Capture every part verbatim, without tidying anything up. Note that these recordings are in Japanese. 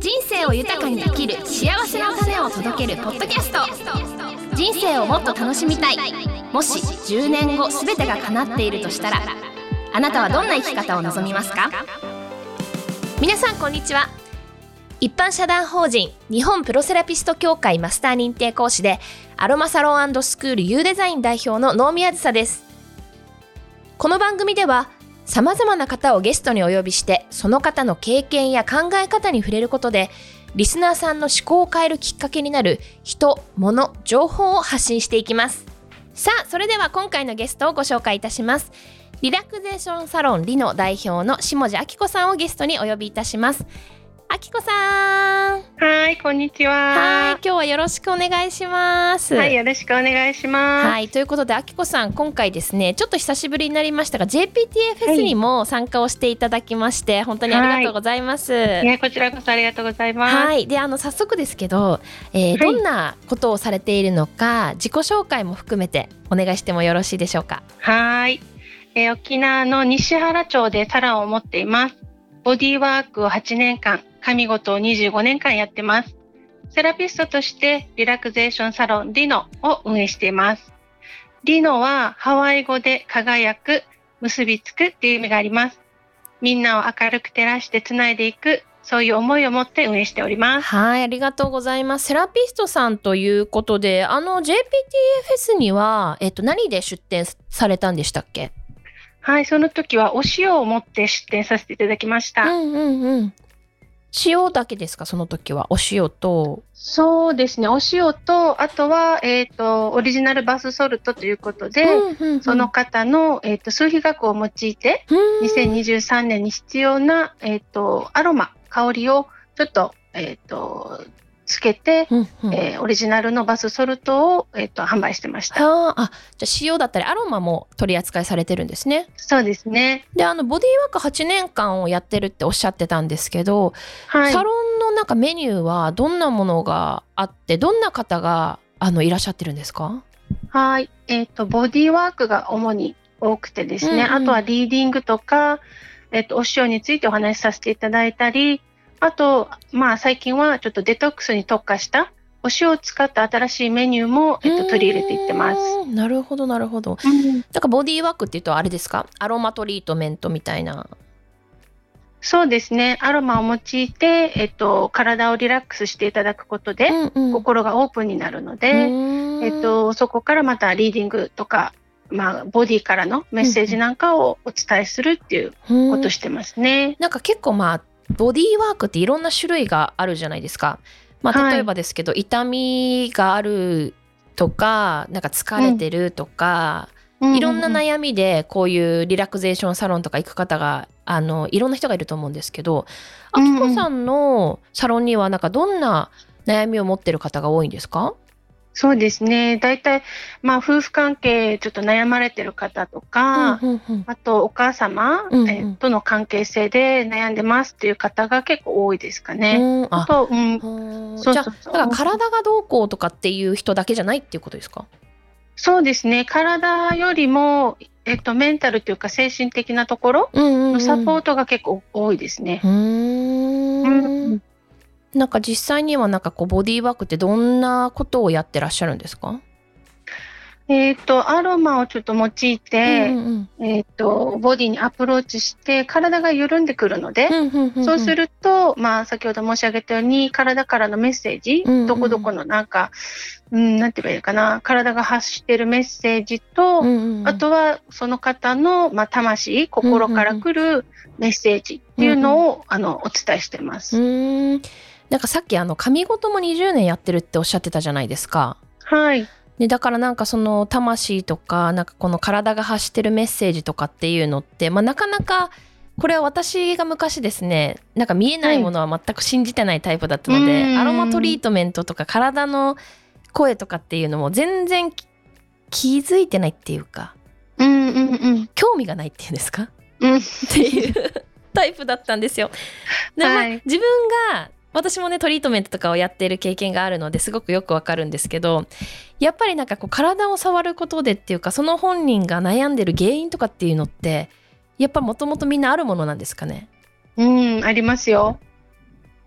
人生を豊かに生きる幸せの種を届けるポッドキャスト。人生をもっと楽しみたい。もしじゅうねんごすべてが叶っているとしたら、あなたはどんな生き方を望みますか？皆さんこんにちは。一般社団法人日本プロセラピスト協会マスター認定講師でアロマサロン&スクール U デザイン代表の能見あずさです。この番組では様々な方をゲストにお呼びして、その方の経験や考え方に触れることで、リスナーさんの思考を変えるきっかけになる人、物、情報を発信していきます。さあ、それでは今回のゲストをご紹介いたします。リラクゼーションサロンリノ代表の下地明子さんをゲストにお呼びいたします。明子さん。 はい、こんにちは。 はい、今日はよろしくお願いします。 はい、よろしくお願いします。 はい、ということで明子さん、今回ですね、ちょっと久しぶりになりましたが ジェーピーティー フェスにも参加をしていただきまして、はい、本当にありがとうございます。 はい、いや、こちらこそありがとうございます。 はい、であの早速ですけど、えーはい、どんなことをされているのか自己紹介も含めてお願いしてもよろしいでしょうか？ はい、えー、沖縄の西原町でサロンを持っています。ボディーワークをはちねんかん、髪ごとをにじゅうごねんかんやってます。セラピストとしてリラクゼーションサロンリノを運営しています。リノはハワイ語で輝く、結びつくっていう意味があります。みんなを明るく照らしてつないでいく、そういう思いを持って運営しております。 はい、ありがとうございます。セラピストさんということで、あの ジェーピーティー フェスには、えっと、何で出展されたんでしたっけ？ はい、その時はお塩を持って出展させていただきました。 うんうんうん。塩だけですか？その時はお塩と。 そうですね、お塩と、あとは、えーと、オリジナルバスソルトということで、うんうんうん、その方の、えーと、数比学を用いてにせんにじゅうさんねんに必要な、えーと、アロマ香りをちょっと、えーとつけて、うんうんえー、オリジナルのバスソルトを、えー、と販売してました。 はあ、あ、じゃあ塩だったりアロマも取り扱いされてるんですね。 そうですね。 で、あのボディーワークはちねんかんをやってるっておっしゃってたんですけど、はい、サロンのなんかメニューはどんなものがあって、どんな方があのいらっしゃってるんですか？ はい、えー、とボディーワークが主に多くてですね、うんうん、あとはリーディングとか、えー、とお塩についてお話しさせていただいたり、あと、まあ、最近はちょっとデトックスに特化したお塩を使った新しいメニューも、えっと、取り入れていってます。 なるほどなるほど。うん、だからボディーワークっていうとあれですか？アロマトリートメントみたいな。 そうですね。アロマを用いて、えっと、体をリラックスしていただくことで、うんうん、心がオープンになるので、えっと、そこからまたリーディングとか、まあ、ボディからのメッセージなんかをお伝えするっていうことしてますね。うん、 なんか結構まあボディーワークっていろんな種類があるじゃないですか。まあ、例えばですけど、はい、痛みがあるとか、なんか疲れてるとか、うん、いろんな悩みでこういうリラクゼーションサロンとか行く方があのいろんな人がいると思うんですけど、あきこさんのサロンにはなんかどんな悩みを持ってる方が多いんですか？ そうですね。だいたい、まあ、夫婦関係ちょっと悩まれてる方とか、うんうんうん、あとお母様、うんうんえー、との関係性で悩んでますっていう方が結構多いですかね。うん、あと、うん、 そうそうそう。じゃあ、だから体がどうこうとかっていう人だけじゃないっていうことですか？ そうですね。体よりも、えっと、メンタルというか精神的なところのサポートが結構多いですね。うんうんうん、なんか実際にはなんかこうボディーワークってどんなことをやってらっしゃるんですか？ えっと、アロマをちょっと用いて、うんうん、えっと、ボディにアプローチして体が緩んでくるので、うんうんうんうん、そうすると、まあ、先ほど申し上げたように体からのメッセージ、うんうん、どこどこのなんか、うん、なんて言えばいいのかな、体が発しているメッセージと、うんうん、あとはその方の、まあ、魂、心から来るメッセージっていうのを、うんうん、あのお伝えしてます。 うーん、なんかさっきあの髪ごともにじゅうねんやってるっておっしゃってたじゃないですか。 はい。 でだからなんかその魂とかなんかこの体が発してるメッセージとかっていうのって、まあ、なかなかこれは私が昔ですね、なんか見えないものは全く信じてないタイプだったので、はい、アロマトリートメントとか体の声とかっていうのも全然気づいてないっていうか、うんうんうん、興味がないっていうんですか、うん、っていうタイプだったんですよ。で、まあ、はい、自分が私もねトリートメントとかをやっている経験があるのですごくよくわかるんですけど、やっぱりなんかこう体を触ることでっていうか、その本人が悩んでる原因とかっていうのってやっぱもともとみんなあるものなんですかね？ うん、ありますよ。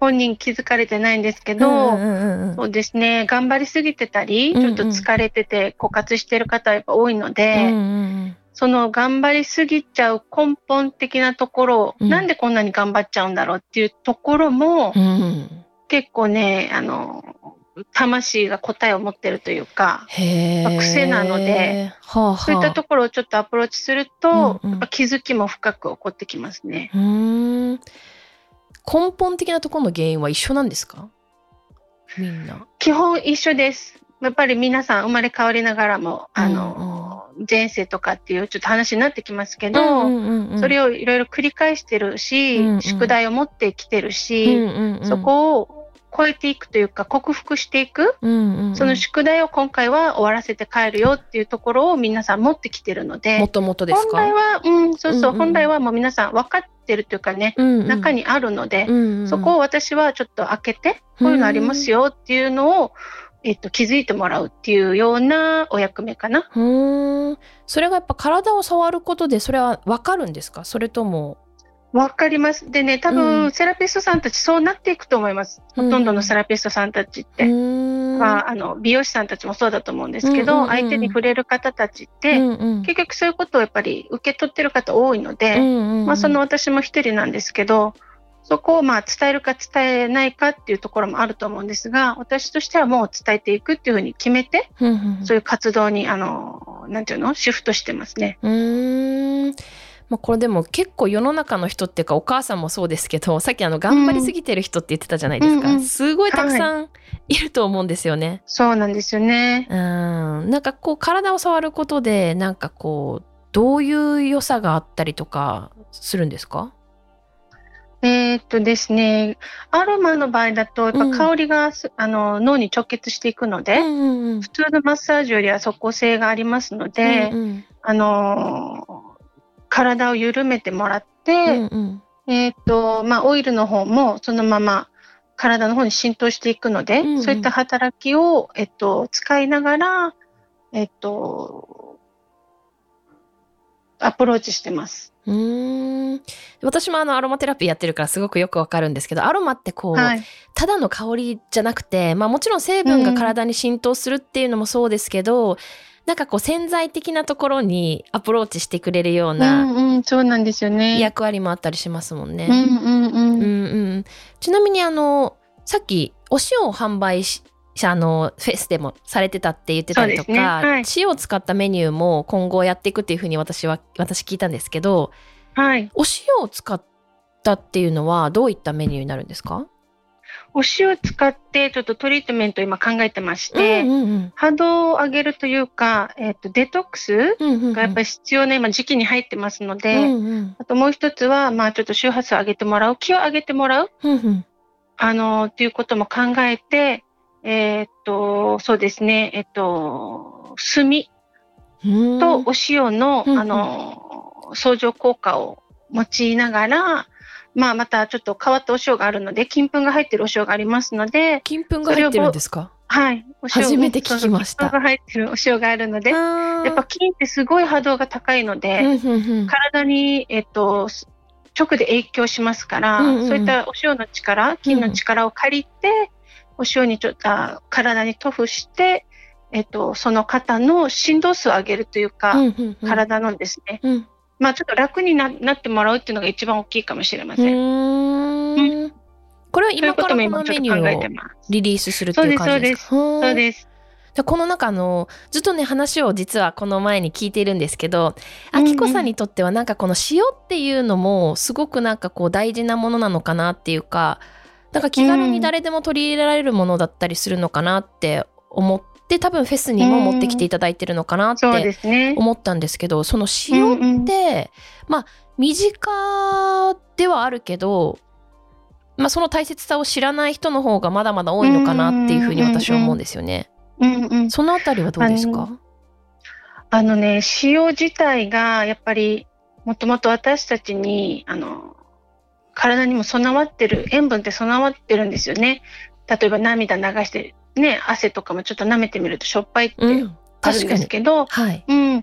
本人気づかれてないんですけど、うんうんうん、そうですね、頑張りすぎてたり、うんうん、ちょっと疲れてて枯渇してる方はやっぱ多いので、うんうん、その頑張りすぎちゃう根本的なところ、うん、なんでこんなに頑張っちゃうんだろうっていうところも、うんうん、結構ね、あの魂が答えを持ってるというか、癖なので、はあはあ、そういったところをちょっとアプローチすると、うんうん、やっぱ気づきも深く起こってきますね。 うーん、根本的なところの原因は一緒なんですか？みんな基本一緒です。やっぱり皆さん生まれ変わりながらも、あの、うんうん、前世とかっていうちょっと話になってきますけど、うんうんうん、それをいろいろ繰り返してるし、うんうん、宿題を持ってきてるし、うんうんうん、そこを超えていくというか克服していく、うんうんうん、その宿題を今回は終わらせて帰るよっていうところを皆さん持ってきてるので、 もともとですか？ 本来は、うん、そうそう、うんうん、本来はもう皆さん分かってるというかね、うんうん、中にあるので、うんうん、そこを私はちょっと開けて、こういうのありますよっていうのを、えっと、気づいてもらうっていうようなお役目かな。 うーん、それがやっぱ体を触ることでそれは分かるんですか？それともわかります。でね、多分、うん、セラピストさんたちそうなっていくと思います。うん、ほとんどのセラピストさんたちって。うんまあ、あの美容師さんたちもそうだと思うんですけど、うんうんうん、相手に触れる方たちって、うんうん、結局そういうことをやっぱり受け取ってる方多いので、うんうんうん、まあ、その私も一人なんですけど、そこをまあ伝えるか伝えないかっていうところもあると思うんですが、私としてはもう伝えていくっていうふうに決めて、うんうん、そういう活動にあのなんていうのシフトしてますね。 うーん、まあ、これでも結構世の中の人っていうかお母さんもそうですけど、さっきあの頑張りすぎてる人って言ってたじゃないですか、うんうん、すごいたくさんいると思うんですよね、はい、 そうなんですよね。 うん、なんかこう体を触ることでなんかこうどういう良さがあったりとかするんですか？ えー、っとですね、アロマの場合だとやっぱ香りが、うん、あの脳に直結していくので、うんうんうん、普通のマッサージよりは即効性がありますので、うんうん、あの体を緩めてもらって、うんうん、えーっとまあ、オイルの方もそのまま体の方に浸透していくので、うんうん、そういった働きを、えっと、使いながら、えっと、アプローチしてます。 うーん、私もあのアロマテラピーやってるからすごくよくわかるんですけど、アロマってこう、はい、ただの香りじゃなくて、まあ、もちろん成分が体に浸透するっていうのもそうですけど、うん、なんかこう潜在的なところにアプローチしてくれるような、 うんうん、そうなんですよね。 役割もあったりしますもんね。 うんうんうんうんうん、 ちなみにあのさっきお塩を販売しあのフェスでもされてたって言ってたりとか、ね、はい、塩を使ったメニューも今後やっていくっていうふうに私は私聞いたんですけど、はい、お塩を使ったっていうのはどういったメニューになるんですか？ お塩を使ってちょっとトリートメントを今考えてまして、うんうんうん、波動を上げるというか、えーと、デトックスがやっぱり必要な今時期に入ってますので、うんうん、あともう一つは、まあ、ちょっと周波数を上げてもらう、気を上げてもらう、うんうん、あのということも考えて、えー、っとそうですね、えっと炭とお塩の、うん、あの相乗効果を用いながら、まあ、またちょっと変わったお塩があるので、金粉が入ってるお塩がありますので。 金粉が入ってるんですか？ はい、お塩初めて聞きました。 金粉が入ってるお塩があるので、やっぱ金ってすごい波動が高いので、うんうんうん、体に、えっと、直で影響しますから、うんうん、そういったお塩の力、金の力を借りて、うん、お塩にちょっと体に塗布して、えっと、その方の振動数を上げるというか、うんうんうん、体のですね、うん、まあ、ちょっと楽に な, なってもらうっていうのが一番大きいかもしれません。うーん、これは今からこのメニューをリリースするっていう感じですか？ そうです。 この中のずっとね話を実はこの前に聞いているんですけど、あきこさんにとってはなんかこの塩っていうのもすごくなんかこう大事なものなのかなっていうか、なんか気軽に誰でも取り入れられるものだったりするのかなって思って、多分フェスにも持ってきていただいてるのかなって思ったんですけど、その塩って、まあ身近ではあるけど、まあ、その大切さを知らない人の方がまだまだ多いのかなっていうふうに私は思うんですよね。うんうん、そのあたりはどうですか？ あの、あのね、塩自体がやっぱりもともと私たちにあの体にも備わってる、塩分って備わってるんですよね。例えば涙流してね、汗とかもちょっと舐めてみるとしょっぱいってあるんですけど、うん、はい、うん、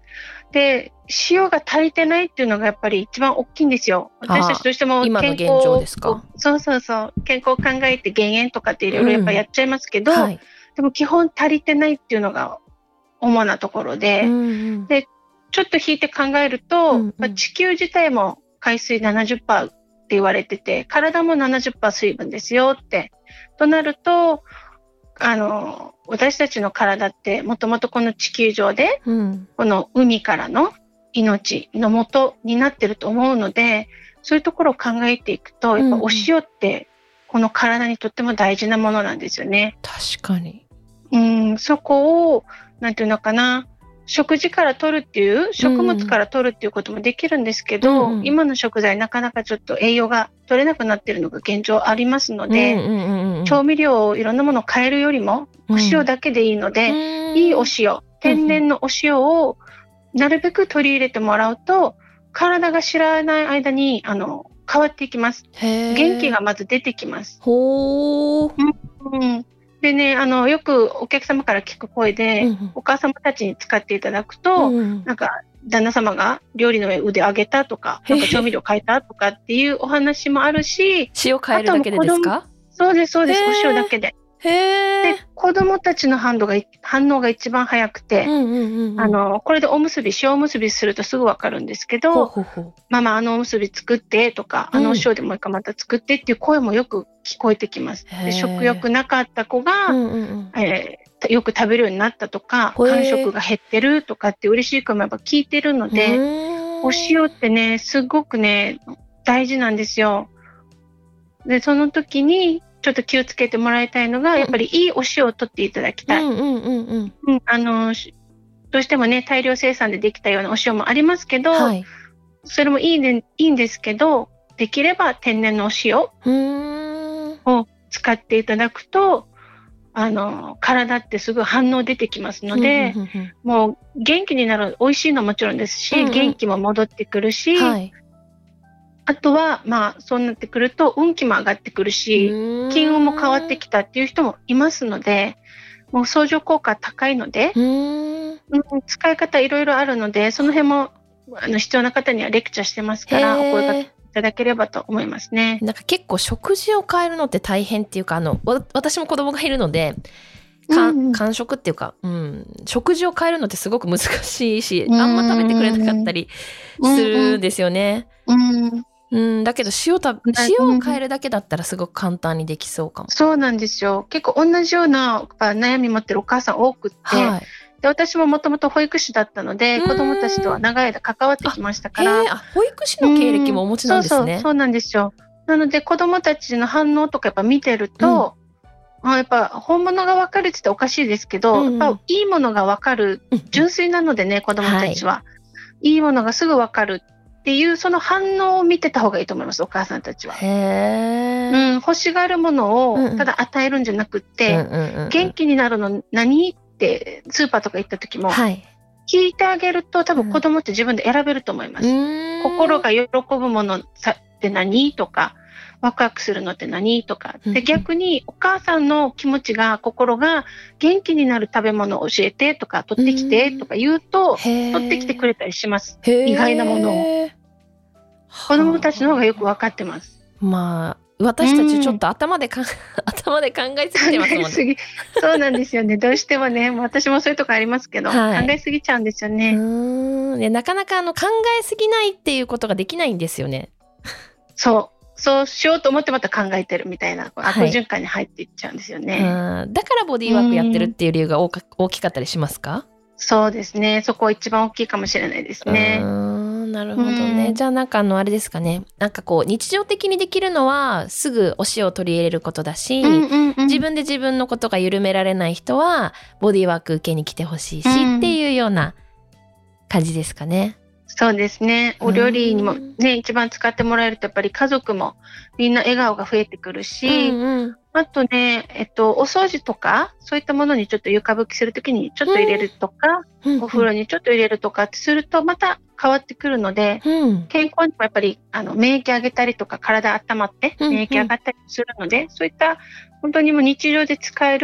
で塩が足りてないっていうのがやっぱり一番大きいんですよ。私たちとしても健康、 今の現状ですか？ そうそうそう健康を考えて減塩とかっていろいろやっぱやっちゃいますけど、うんはい、でも基本足りてないっていうのが主なところで、うんうん、でちょっと引いて考えると、うんうんまあ、地球自体も海水 ななじゅっパーセント って言われてて、体も ななじゅっパーセント 水分ですよってとなると、あの私たちの体ってもともとこの地球上で、うん、この海からの命の元になってると思うので、そういうところを考えていくとやっぱお塩ってこの体にとっても大事なものなんですよね。 確かに。 うん、そこをなんていうのかな、食事から取るっていう食物から取るっていうこともできるんですけど、うん、今の食材なかなかちょっと栄養が取れなくなっているのが現状ありますので、うんうんうんうん、調味料をいろんなものを変えるよりもお塩だけでいいので、うん、いいお塩、天然のお塩をなるべく取り入れてもらうと、体が知らない間にあの変わっていきます。元気がまず出てきます。 ほー、 うんうんでね、あのよくお客様から聞く声で、うんうん、お母様たちに使っていただくと、うん、なんか旦那様が料理の上腕上げたとか、なんか調味料変えたとかっていうお話もあるし、 塩変えるだけでですか？ そうですそうです、お塩だけで。 へで子どもたちの反応が反応が一番早くて、うんうんうんうん、あのこれでおむすび塩おむすびするとすぐ分かるんですけど、ほうほうほう、ママあのおむすび作ってとか、うん、あのお塩でもう一回また作ってっていう声もよく聞こえてきます。で食欲なかった子が、うんうんうんえー、よく食べるようになったとか、間食が減ってるとかって嬉しい声もやっぱ聞いてるので、お塩ってねすごくね大事なんですよ。でその時にちょっと気をつけてもらいたいのが、うん、やっぱりいいお塩を取っていただきたい、うんうんうんうんうん、あのどうしてもね大量生産でできたようなお塩もありますけど、はい、それもいい、ね、いいんですけど、できれば天然のお塩を使っていただくと、あの体ってすぐ反応出てきますので、うんうんうん、もう元気になる、美味しいのはもちろんですし、うんうん、元気も戻ってくるし、はい、あとはまあそうなってくると運気も上がってくるし、金運も変わってきたっていう人もいますので、もう相乗効果高いので、うーん、使い方いろいろあるので、その辺もあの必要な方にはレクチャーしてますから、お声掛けいただければと思いますね。 なんか結構食事を変えるのって大変っていうか、あの私も子供がいるので間食っていうか、うん、食事を変えるのってすごく難しいし、あんま食べてくれなかったりするんですよね。うんうんうん、だけど 塩, た塩を変えるだけだったらすごく簡単にできそうかも。 そうなんですよ。結構同じような悩み持ってるお母さん多くって、はい、で私ももともと保育士だったので、子どもたちとは長い間関わってきましたから。 あ、保育士の経歴もお持ちなんですね。 そうそう、そうなんですよ。なので子どもたちの反応とかやっぱ見てると、うん、あやっぱ本物が分かるって言っておかしいですけど、うんうん、やっぱいいものが分かる、純粋なのでね、うん、子どもたちは、はい、いいものがすぐ分かるっていうその反応を見てた方がいいと思います、お母さんたちは。へー、うん、欲しがるものをただ与えるんじゃなくって、うんうんうん、元気になるの何ってスーパーとか行った時も、はい、聞いてあげると多分子供って自分で選べると思います。うん、心が喜ぶものって何とか、ワクワクするのって何とかで、逆にお母さんの気持ちが、心が元気になる食べ物を教えてとか取ってきてとか言うと取ってきてくれたりします。意外なものを子どもたちの方がよく分かってます。 まあ私たちちょっと頭でか、うん、頭で考えすぎてますもんね。 そうなんですよね。どうしてもね、私もそういうとこありますけど、はい、考えすぎちゃうんですよね。 うーん、でなかなかあの考えすぎないっていうことができないんですよね。 そうそうしようと思ってまた考えてるみたいな悪循環に入っていっちゃうんですよね。 はい、うん、だからボディーワークやってるっていう理由が大か大きかったりしますか？ そうですね、そこは一番大きいかもしれないですね。 うーん、なるほどね。じゃあなんかあのあれですかね、なんかこう日常的にできるのはすぐお塩を取り入れることだし、うんうんうん、自分で自分のことが緩められない人はボディーワーク受けに来てほしいし、うん、っていうような感じですかね。 そうですね、お料理にもね一番使ってもらえるとやっぱり家族もみんな笑顔が増えてくるし、うんうん、あとね、えっと、お掃除とかそういったものにちょっと床拭きするときにちょっと入れるとか、うん、お風呂にちょっと入れるとかってするとまた変わってくるので、うん、健康にもやっぱりあの免疫上げたりとか体温まって免疫上がったりするので、うんうん、そういった本当にもう日常で使える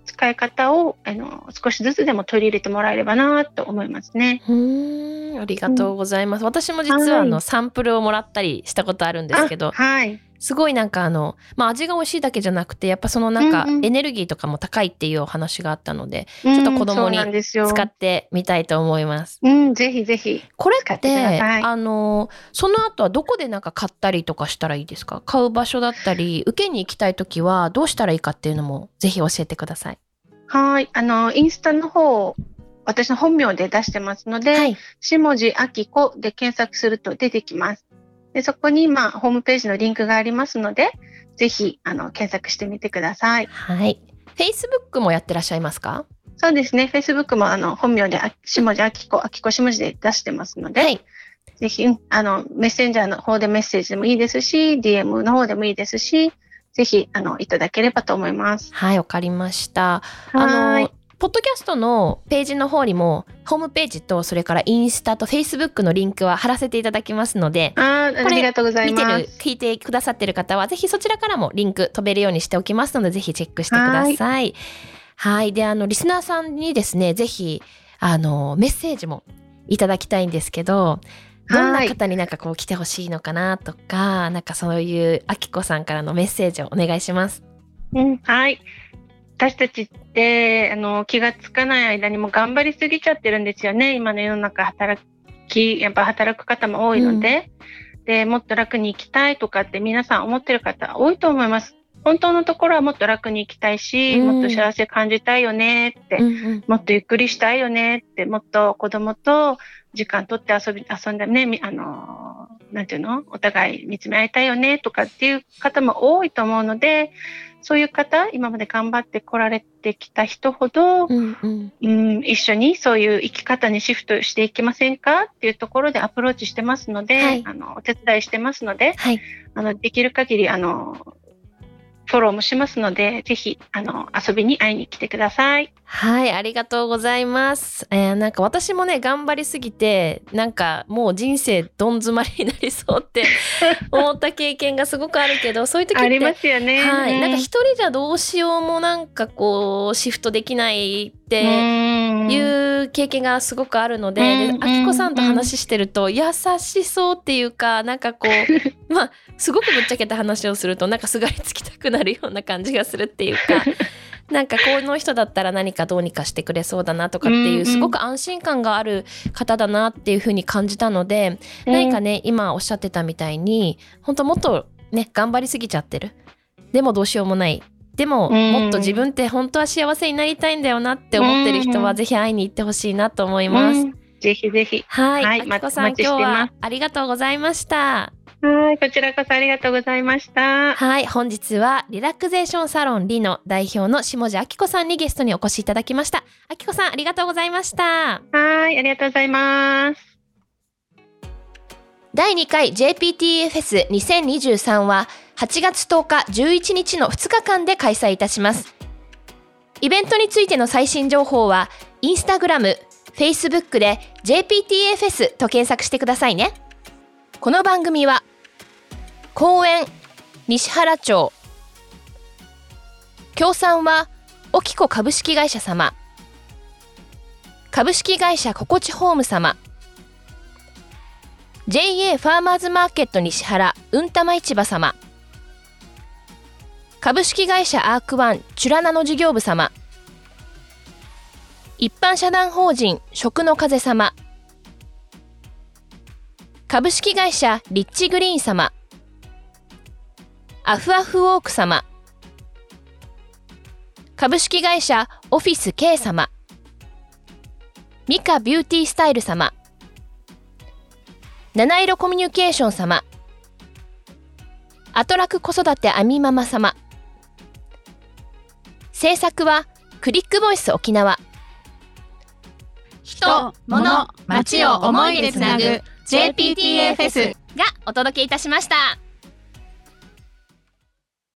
使い方をあの少しずつでも取り入れてもらえればなと思いますね。 うーん、ありがとうございます。うん、私も実はあの、はい、サンプルをもらったりしたことあるんですけど、 はい、 すごいなんかあの、まあ、味が美味しいだけじゃなくてやっぱそのなんかエネルギーとかも高いっていうお話があったので、うんうん、ちょっと子供に使ってみたいと思います。 うん、ぜひぜひこれってあのその後はどこでなんか買ったりとかしたらいいですか？買う場所だったり受けに行きたいときはどうしたらいいかっていうのもぜひ教えてください。 はい、あのインスタの方私の本名で出してますので、はい、下地あきこで検索すると出てきます。でそこに、まあ、ホームページのリンクがありますのでぜひあの検索してみてください。 はい。Facebook もやってらっしゃいますか？ そうですね。Facebook もあの本名で下地あきこ、あきこ下地で出してますので、はい、ぜひあのメッセンジャーの方でメッセージでもいいですし ディーエム の方でもいいですしぜひあのいただければと思います。 はい、わかりました。あのポッドキャストのページの方にもホームページとそれからインスタとフェイスブックのリンクは貼らせていただきますので、 あ、ありがとうございます。 見てる聞いてくださってる方はぜひそちらからもリンク飛べるようにしておきますのでぜひチェックしてください。はい、であのリスナーさんにですねぜひあのメッセージもいただきたいんですけど、どんな方になんかこう来てほしいのかなとか、なんかそういうあきこさんからのメッセージをお願いします。 うん、はい。私たちってあの気がつかない間にも頑張りすぎちゃってるんですよね。今の世の中働きやっぱ働く方も多いので、うん、でもっと楽に生きたいとかって皆さん思ってる方多いと思います。本当のところはもっと楽に生きたいし、うん、もっと幸せ感じたいよねって、うんうん、もっとゆっくりしたいよねって、もっと子供と時間取って遊び遊んだね、あのなんていうのお互い見つめ合いたいよねとかっていう方も多いと思うので、そういう方今まで頑張ってこられてきた人ほど、うんうんうん、一緒にそういう生き方にシフトしていきませんかっていうところでアプローチしてますので、はい、あのお手伝いしてますので、はい、あのできる限りあのフォローもしますのでぜひあの遊びに会いに来てください。 はい、ありがとうございます。えー、なんか私もね頑張りすぎてなんかもう人生どん詰まりになりそうって思った経験がすごくあるけどそういう時ってありますよね。 はい、なんか一人じゃどうしようもなんかこうシフトできないっていう経験がすごくあるので、であきこさんと話してると優しそうっていうかなんかこうまあすごくぶっちゃけた話をするとなんかすがりつきたくなるような感じがするっていうかなんかこの人だったら何かどうにかしてくれそうだなとかっていうすごく安心感がある方だなっていう風に感じたので、何かね今おっしゃってたみたいに本当もっとね頑張りすぎちゃってる、でもどうしようもない、でももっと自分って本当は幸せになりたいんだよなって思ってる人はぜひ会いに行ってほしいなと思います。 ぜひぜひ。 はい、あきこさん今日はありがとうございました。 はい、こちらこそありがとうございました。 はい、本日はリラクゼーションサロンリの代表の下地あきこさんにゲストにお越しいただきました。あきこさんありがとうございました。 はい、ありがとうございます。 だいにかい ジェーピーティー フェスにせんにじゅうさんははちがつとおかじゅういちにちのふつかかんで開催いたします。イベントについての最新情報はインスタグラム、フェイスブックで ジェーピーティーエー フェスと検索してくださいね。この番組は公園西原町、協賛はオキコ株式会社様、株式会社ココチホーム様、 ジェイエー ファーマーズマーケット西原うんたま市場様、株式会社アークワンチュラナノ事業部様、一般社団法人食の風様、株式会社リッチグリーン様、アフアフウォーク様、株式会社オフィス K 様、ミカビューティースタイル様、七色コミュニケーション様、アトラク子育てアミママ様、制作はクリックボイス沖縄、 人、物、街を思いでつなぐ ジェーピーティーエー フェスがお届けいたしました。